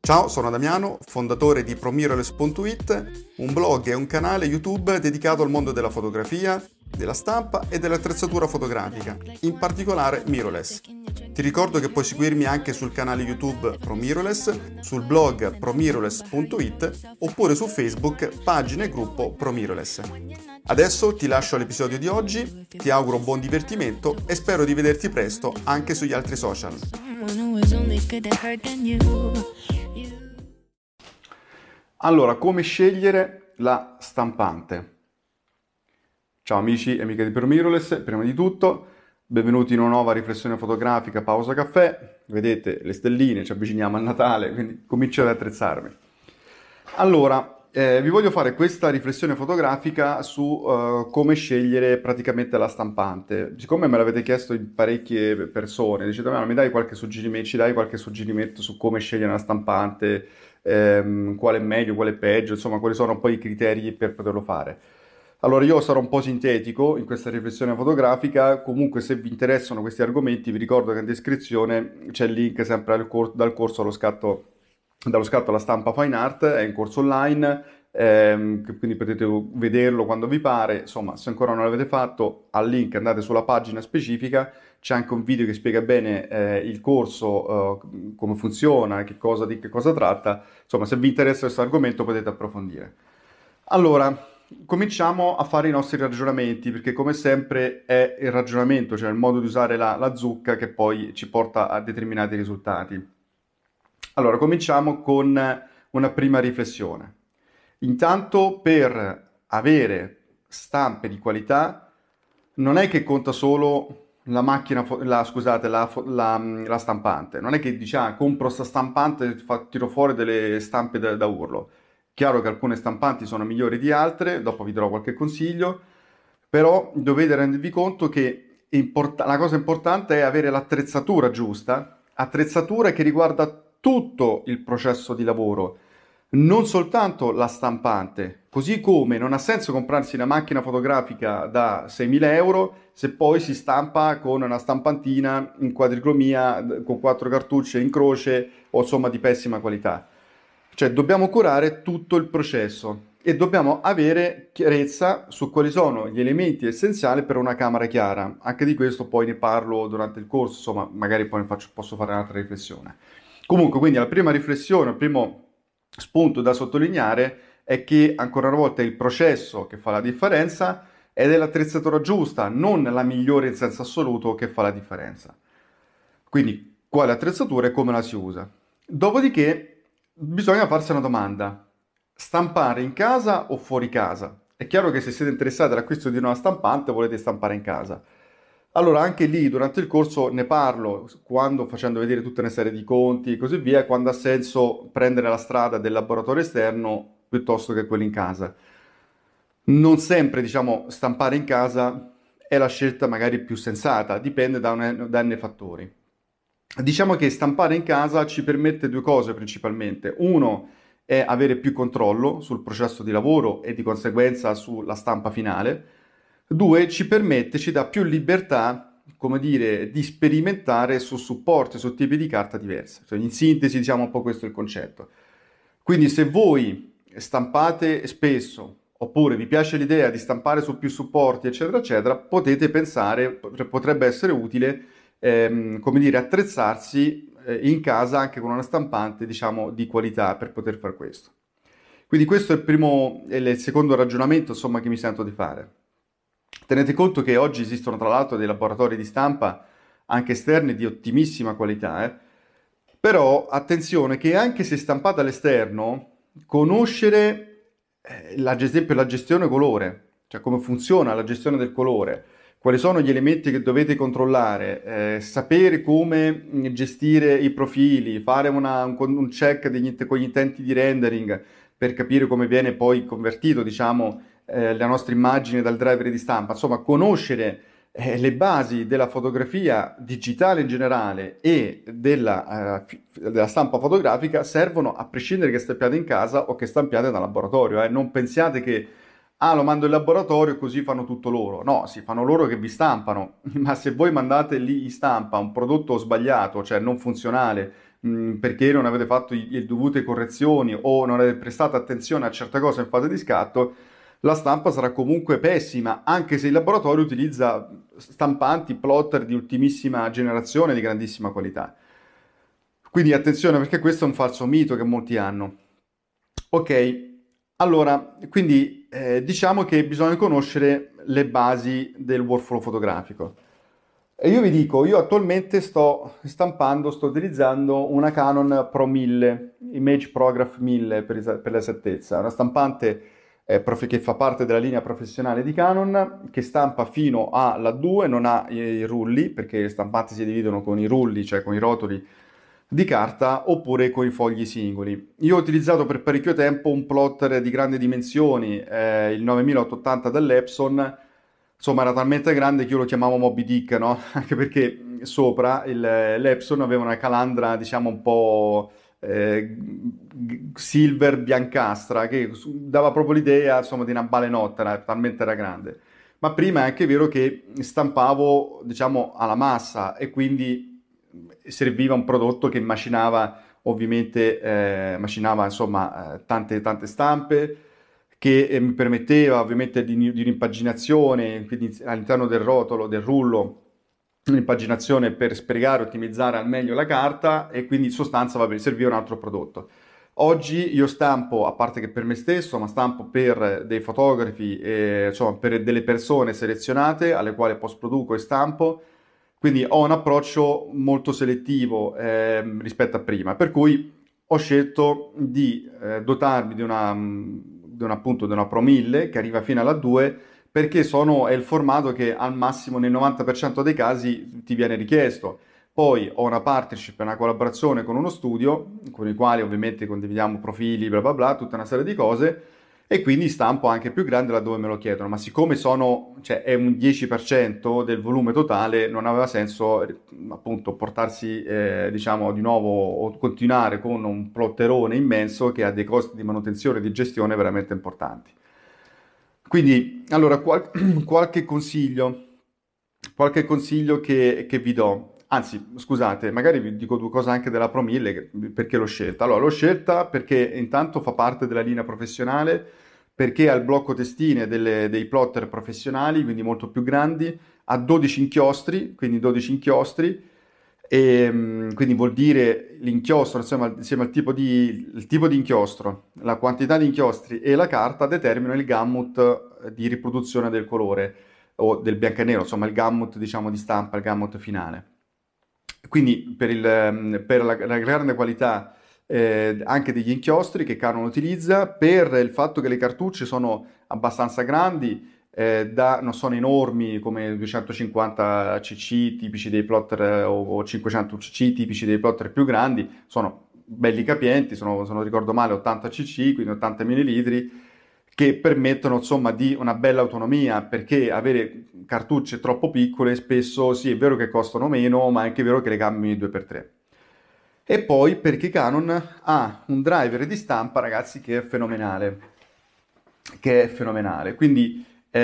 Ciao, sono Damiano, fondatore di ProMirrorless.it, un blog e un canale YouTube dedicato al mondo della fotografia, della stampa e dell'attrezzatura fotografica, in particolare mirrorless. Ti ricordo che puoi seguirmi anche sul canale YouTube ProMirrorless, sul blog ProMirrorless.it oppure su Facebook, pagina e gruppo ProMirrorless. Adesso ti lascio all'episodio di oggi, ti auguro buon divertimento e spero di vederti presto anche sugli altri social. Allora, come scegliere la stampante? Ciao amici e amiche di ProMirrorless, prima di tutto benvenuti in una nuova riflessione fotografica Pausa Caffè. Vedete le stelline, ci avviciniamo al Natale, quindi comincio ad attrezzarmi. Allora, vi voglio fare questa riflessione fotografica su come scegliere praticamente la stampante. Siccome me l'avete chiesto in parecchie persone, dicete, ma mi dai qualche suggerimento, ci dai qualche suggerimento su come scegliere una stampante, quale è meglio, quale è peggio, insomma, quali sono poi i criteri per poterlo fare. Allora, io sarò un po' sintetico in questa riflessione fotografica. Comunque, se vi interessano questi argomenti, vi ricordo che in descrizione c'è il link sempre dal corso dallo scatto alla stampa Fine Art, è in corso online, quindi potete vederlo quando vi pare. Insomma, se ancora non l'avete fatto, al link andate sulla pagina specifica, c'è anche un video che spiega bene il corso, come funziona, di che cosa tratta. Insomma, se vi interessa questo argomento potete approfondire. Allora, cominciamo a fare i nostri ragionamenti, perché come sempre è il ragionamento, cioè il modo di usare la zucca, che poi ci porta a determinati risultati. Allora, cominciamo con una prima riflessione. Intanto, per avere stampe di qualità, non è che conta solo la macchina, la stampante. Non è che dici, compro sta stampante e tiro fuori delle stampe da urlo. Chiaro che alcune stampanti sono migliori di altre, dopo vi darò qualche consiglio, però dovete rendervi conto che la cosa importante è avere l'attrezzatura giusta, attrezzatura che riguarda tutto il processo di lavoro, non soltanto la stampante, così come non ha senso comprarsi una macchina fotografica da 6.000 euro se poi si stampa con una stampantina in quadricromia, con 4 cartucce in croce o insomma di pessima qualità. Cioè dobbiamo curare tutto il processo e dobbiamo avere chiarezza su quali sono gli elementi essenziali per una camera chiara. Anche di questo poi ne parlo durante il corso, insomma magari poi posso fare un'altra riflessione. Comunque, quindi la prima riflessione, il primo spunto da sottolineare è che ancora una volta è il processo che fa la differenza ed è l'attrezzatura giusta, non la migliore in senso assoluto, che fa la differenza. Quindi quale attrezzatura e come la si usa. Dopodiché bisogna farsi una domanda: stampare in casa o fuori casa? È chiaro che se siete interessati all'acquisto di una stampante volete stampare in casa. Allora anche lì durante il corso ne parlo, facendo vedere tutta una serie di conti e così via, quando ha senso prendere la strada del laboratorio esterno piuttosto che quello in casa. Non sempre, diciamo, stampare in casa è la scelta magari più sensata, dipende da n fattori. Diciamo che stampare in casa ci permette due cose principalmente. Uno è avere più controllo sul processo di lavoro e di conseguenza sulla stampa finale. Due, ci dà più libertà, come dire, di sperimentare su supporti, su tipi di carta diversi. Cioè, in sintesi, diciamo un po' questo è il concetto. Quindi se voi stampate spesso, oppure vi piace l'idea di stampare su più supporti, eccetera, eccetera, potete pensare, potrebbe essere utile, come dire, attrezzarsi in casa anche con una stampante, diciamo, di qualità per poter fare questo. Quindi questo è il primo e il secondo ragionamento, insomma, che mi sento di fare. Tenete conto che oggi esistono tra l'altro dei laboratori di stampa anche esterni di ottimissima qualità, però attenzione che anche se stampate all'esterno, conoscere ad esempio la gestione colore, cioè come funziona la gestione del colore, quali sono gli elementi che dovete controllare, sapere come gestire i profili, fare un check con gli intenti di rendering per capire come viene poi convertito, diciamo, la nostra immagine dal driver di stampa, insomma conoscere le basi della fotografia digitale in generale e della stampa fotografica servono a prescindere che stampiate in casa o che stampiate dal laboratorio. Non pensiate che lo mando in laboratorio così fanno tutto loro. No, si fanno loro che vi stampano, ma se voi mandate lì in stampa un prodotto sbagliato, cioè non funzionale, perché non avete fatto le dovute correzioni o non avete prestato attenzione a certe cose in fase di scatto, la stampa sarà comunque pessima, anche se il laboratorio utilizza stampanti, plotter di ultimissima generazione di grandissima qualità. Quindi attenzione perché questo è un falso mito che molti hanno. Ok, allora, quindi diciamo che bisogna conoscere le basi del workflow fotografico. E io vi dico, io attualmente sto utilizzando una Canon Pro 1000, Image Prograph 1000 per l'esattezza, una stampante che fa parte della linea professionale di Canon, che stampa fino alla 2, non ha i rulli, perché le stampanti si dividono con i rulli, cioè con i rotoli di carta, oppure con i fogli singoli. Io ho utilizzato per parecchio tempo un plotter di grandi dimensioni, il 9880 dell'Epson, insomma era talmente grande che io lo chiamavo Moby Dick, no? Anche perché sopra l'Epson aveva una calandra, diciamo, un po' silver biancastra, che dava proprio l'idea, insomma, di una balenottera, talmente era grande. Ma prima è anche vero che stampavo, diciamo, alla massa e quindi serviva un prodotto che macinava, ovviamente, macinava, insomma, tante stampe, che mi permetteva ovviamente di un'impaginazione, quindi all'interno del rotolo, del rullo, un'impaginazione per spiegare e ottimizzare al meglio la carta e quindi in sostanza serviva un altro prodotto. Oggi io stampo, a parte che per me stesso, ma stampo per dei fotografi, insomma per delle persone selezionate alle quali post produco e stampo, quindi ho un approccio molto selettivo rispetto a prima, per cui ho scelto di dotarmi appunto, di una Pro 1000 che arriva fino alla 2 perché è il formato che al massimo nel 90% dei casi ti viene richiesto. Poi ho una partnership, una collaborazione con uno studio, con i quali ovviamente condividiamo profili, bla bla bla, tutta una serie di cose, e quindi stampo anche più grande laddove me lo chiedono. Ma siccome cioè, è un 10% del volume totale, non aveva senso appunto portarsi, diciamo, di nuovo o continuare con un plotterone immenso che ha dei costi di manutenzione e di gestione veramente importanti. Quindi, allora, qualche consiglio che vi do. Anzi, scusate, magari vi dico due cose anche della Pro 1000, perché l'ho scelta. Allora, l'ho scelta perché intanto fa parte della linea professionale, perché ha il blocco testine dei plotter professionali, quindi molto più grandi, ha 12 inchiostri, quindi 12 inchiostri, e quindi vuol dire l'inchiostro, insomma, insieme al il tipo di inchiostro, la quantità di inchiostri e la carta determinano il gamut di riproduzione del colore o del bianco e nero, insomma il gamut, diciamo, di stampa, il gamut finale. Quindi per la grande qualità anche degli inchiostri che Canon utilizza, per il fatto che le cartucce sono abbastanza grandi, non sono enormi come 250 cc tipici dei plotter o 500 cc tipici dei plotter più grandi, sono belli capienti, se non ricordo male 80 cc, quindi 80 ml, che permettono insomma di una bella autonomia, perché avere cartucce troppo piccole spesso sì è vero che costano meno, ma è anche vero che le cambi 2x3. E poi perché Canon ha un driver di stampa, ragazzi, che è fenomenale. Che è fenomenale. Quindi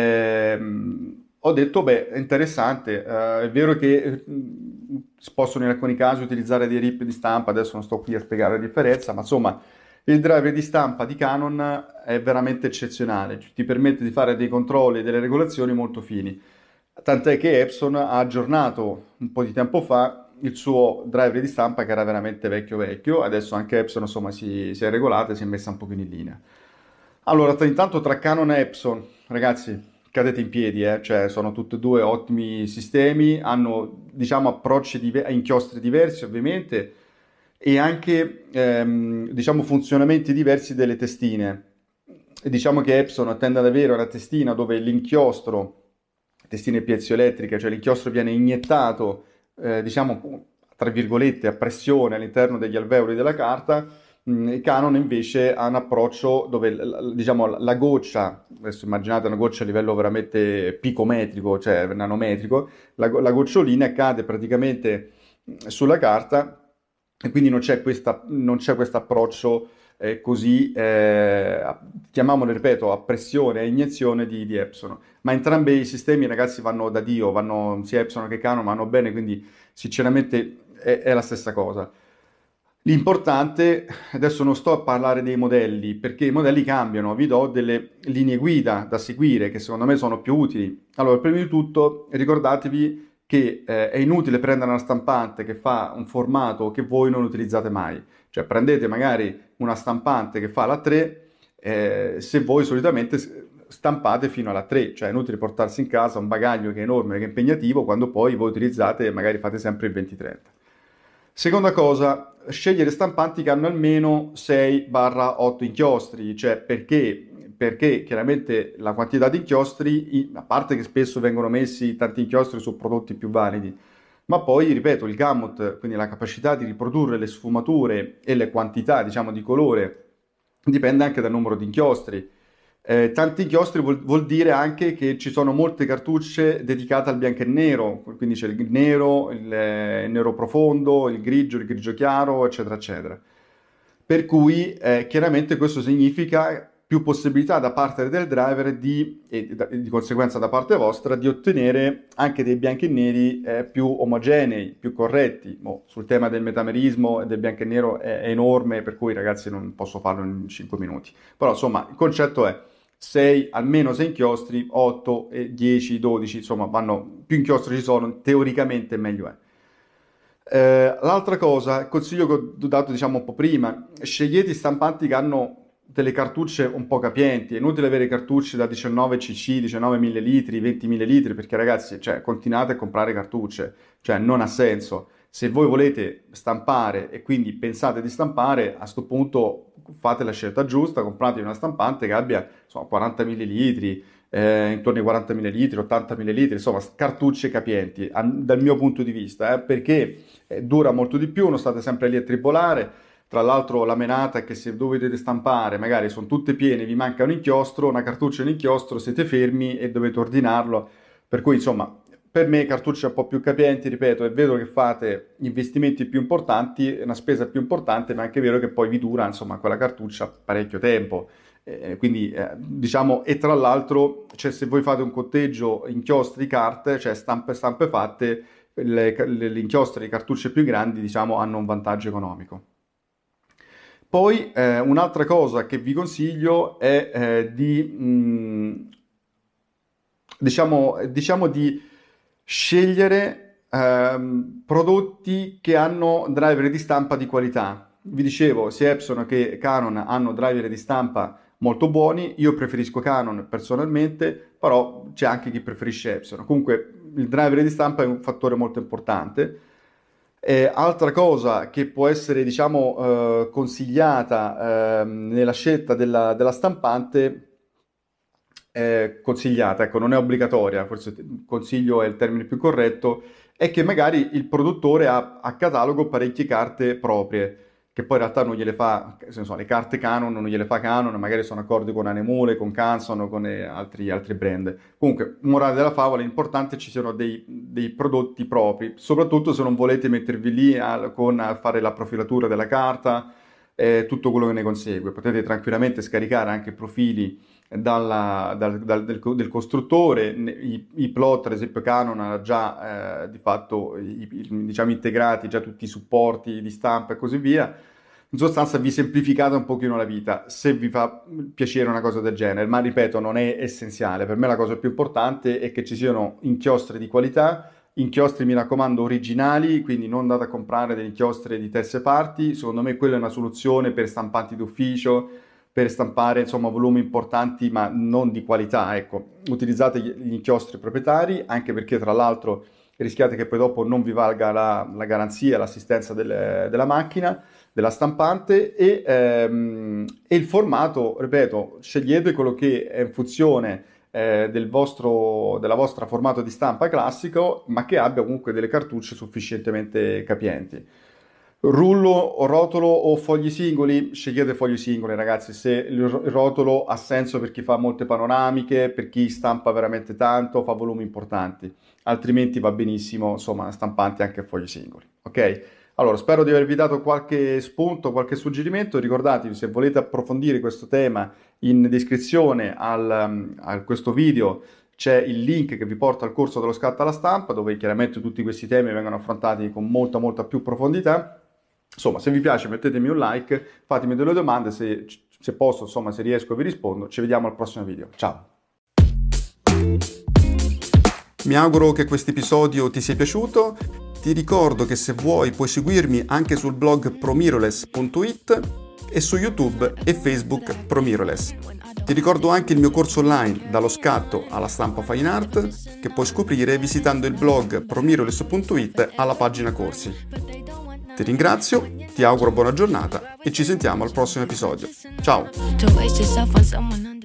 ho detto, beh, è interessante. È vero che si possono in alcuni casi utilizzare dei rip di stampa, adesso non sto qui a spiegare la differenza, ma insomma, il driver di stampa di Canon è veramente eccezionale, ti permette di fare dei controlli e delle regolazioni molto fini. Tant'è che Epson ha aggiornato un po' di tempo fa il suo driver di stampa che era veramente vecchio vecchio, adesso anche Epson insomma si è regolata e si è messa un pochino in linea. Allora, intanto tra Canon e Epson, ragazzi, cadete in piedi, cioè sono tutti e due ottimi sistemi, hanno diciamo approcci a inchiostri diversi ovviamente e anche diciamo funzionamenti diversi delle testine. E diciamo che Epson tende ad avere una testina dove l'inchiostro, testine piezoelettriche, cioè l'inchiostro viene iniettato, diciamo, tra virgolette, a pressione all'interno degli alveoli della carta. Il Canon invece ha un approccio dove, diciamo, la goccia, adesso immaginate una goccia a livello veramente picometrico, cioè nanometrico, la gocciolina cade praticamente sulla carta e quindi non c'è questo approccio così, chiamiamolo, ripeto, a pressione, a iniezione di Epson. Ma entrambi i sistemi, ragazzi, vanno da Dio, sia Epson che Canon vanno bene, quindi sinceramente è la stessa cosa. L'importante, adesso non sto a parlare dei modelli, perché i modelli cambiano, vi do delle linee guida da seguire che secondo me sono più utili. Allora, prima di tutto, ricordatevi che è inutile prendere una stampante che fa un formato che voi non utilizzate mai. Cioè, prendete magari una stampante che fa la 3, se voi solitamente stampate fino alla 3, cioè è inutile portarsi in casa un bagaglio che è enorme, che è impegnativo, quando poi voi utilizzate, magari fate sempre il 20-30. Seconda cosa, scegliere stampanti che hanno almeno 6-8 inchiostri, cioè perché chiaramente la quantità di inchiostri, a parte che spesso vengono messi tanti inchiostri su prodotti più validi, ma poi, ripeto, il gamut, quindi la capacità di riprodurre le sfumature e le quantità, diciamo, di colore, dipende anche dal numero di inchiostri. Tanti inchiostri vuol dire anche che ci sono molte cartucce dedicate al bianco e nero, quindi c'è il nero profondo, il grigio chiaro, eccetera, eccetera. Per cui chiaramente questo significa più possibilità da parte del driver e di conseguenza da parte vostra di ottenere anche dei bianchi e neri più omogenei, più corretti. Sul tema del metamerismo e del bianco e nero è enorme, per cui ragazzi non posso farlo in 5 minuti. Però insomma il concetto è 6, almeno 6 inchiostri, 8, 10, 12, insomma più inchiostri ci sono, teoricamente meglio è. L'altra cosa, il consiglio che ho dato diciamo un po' prima, scegliete i stampanti che hanno delle cartucce un po' capienti, è inutile avere cartucce da 19 cc, 19 millilitri, 20 millilitri, perché ragazzi, cioè, continuate a comprare cartucce, cioè non ha senso. Se voi volete stampare e quindi pensate di stampare, a questo punto fate la scelta giusta, comprate una stampante che abbia insomma, 40 millilitri, intorno ai 40 millilitri, 80 millilitri, insomma, cartucce capienti, dal mio punto di vista, perché dura molto di più, non state sempre lì a tribolare. Tra l'altro la menata è che se dovete stampare, magari sono tutte piene, vi manca un inchiostro, una cartuccia e un inchiostro, siete fermi e dovete ordinarlo. Per cui, insomma, per me cartucce un po' più capienti, ripeto, è vero che fate investimenti più importanti, una spesa più importante, ma è anche vero che poi vi dura, insomma, quella cartuccia parecchio tempo. Quindi, diciamo, e tra l'altro, cioè, se voi fate un conteggio inchiostri carte, cioè stampe fatte, le inchiostre di cartucce più grandi, diciamo, hanno un vantaggio economico. Poi un'altra cosa che vi consiglio è diciamo di scegliere prodotti che hanno driver di stampa di qualità. Vi dicevo, sia Epson che Canon hanno driver di stampa molto buoni, io preferisco Canon personalmente, però c'è anche chi preferisce Epson. Comunque il driver di stampa è un fattore molto importante. Altra cosa che può essere, diciamo, consigliata nella scelta della stampante, consigliata, ecco, non è obbligatoria, forse consiglio è il termine più corretto, è che magari il produttore ha a catalogo parecchie carte proprie, che poi in realtà non gliele fa, se ne so, le carte Canon non gliele fa Canon, magari sono accordi con Anemule, con Canson o con altri brand. Comunque, morale della favola, è importante ci siano dei prodotti propri, soprattutto se non volete mettervi lì a fare la profilatura della carta, tutto quello che ne consegue. Potete tranquillamente scaricare anche profili del costruttore, i plot, ad esempio Canon ha già di fatto diciamo integrati già tutti i supporti di stampa e così via. In sostanza vi semplificate un pochino la vita se vi fa piacere una cosa del genere, ma ripeto, non è essenziale. Per me la cosa più importante è che ci siano inchiostri di qualità, inchiostri mi raccomando originali, quindi non andate a comprare delle inchiostre di terze parti. Secondo me quella è una soluzione per stampanti d'ufficio, per stampare insomma volumi importanti ma non di qualità, ecco, utilizzate gli inchiostri proprietari, anche perché tra l'altro rischiate che poi dopo non vi valga la garanzia, l'assistenza della macchina, della stampante e il formato, ripeto, scegliete quello che è in funzione della vostra formato di stampa classico, ma che abbia comunque delle cartucce sufficientemente capienti. Rullo o rotolo o fogli singoli? Scegliete fogli singoli, ragazzi. Se il rotolo ha senso per chi fa molte panoramiche, per chi stampa veramente tanto, fa volumi importanti. Altrimenti va benissimo, insomma, stampanti anche a fogli singoli. Ok? Allora, spero di avervi dato qualche spunto, qualche suggerimento. Ricordatevi, se volete approfondire questo tema, in descrizione a questo video c'è il link che vi porta al corso dello scatto alla stampa, dove chiaramente tutti questi temi vengono affrontati con molta più profondità. Insomma, se vi piace mettetemi un like, fatemi delle domande, se posso, insomma, se riesco vi rispondo. Ci vediamo al prossimo video. Ciao! Mi auguro che questo episodio ti sia piaciuto. Ti ricordo che se vuoi puoi seguirmi anche sul blog promirrorless.it e su YouTube e Facebook Promirrorless. Ti ricordo anche il mio corso online dallo scatto alla stampa fine art che puoi scoprire visitando il blog promirrorless.it alla pagina corsi. Ti ringrazio, ti auguro buona giornata e ci sentiamo al prossimo episodio. Ciao!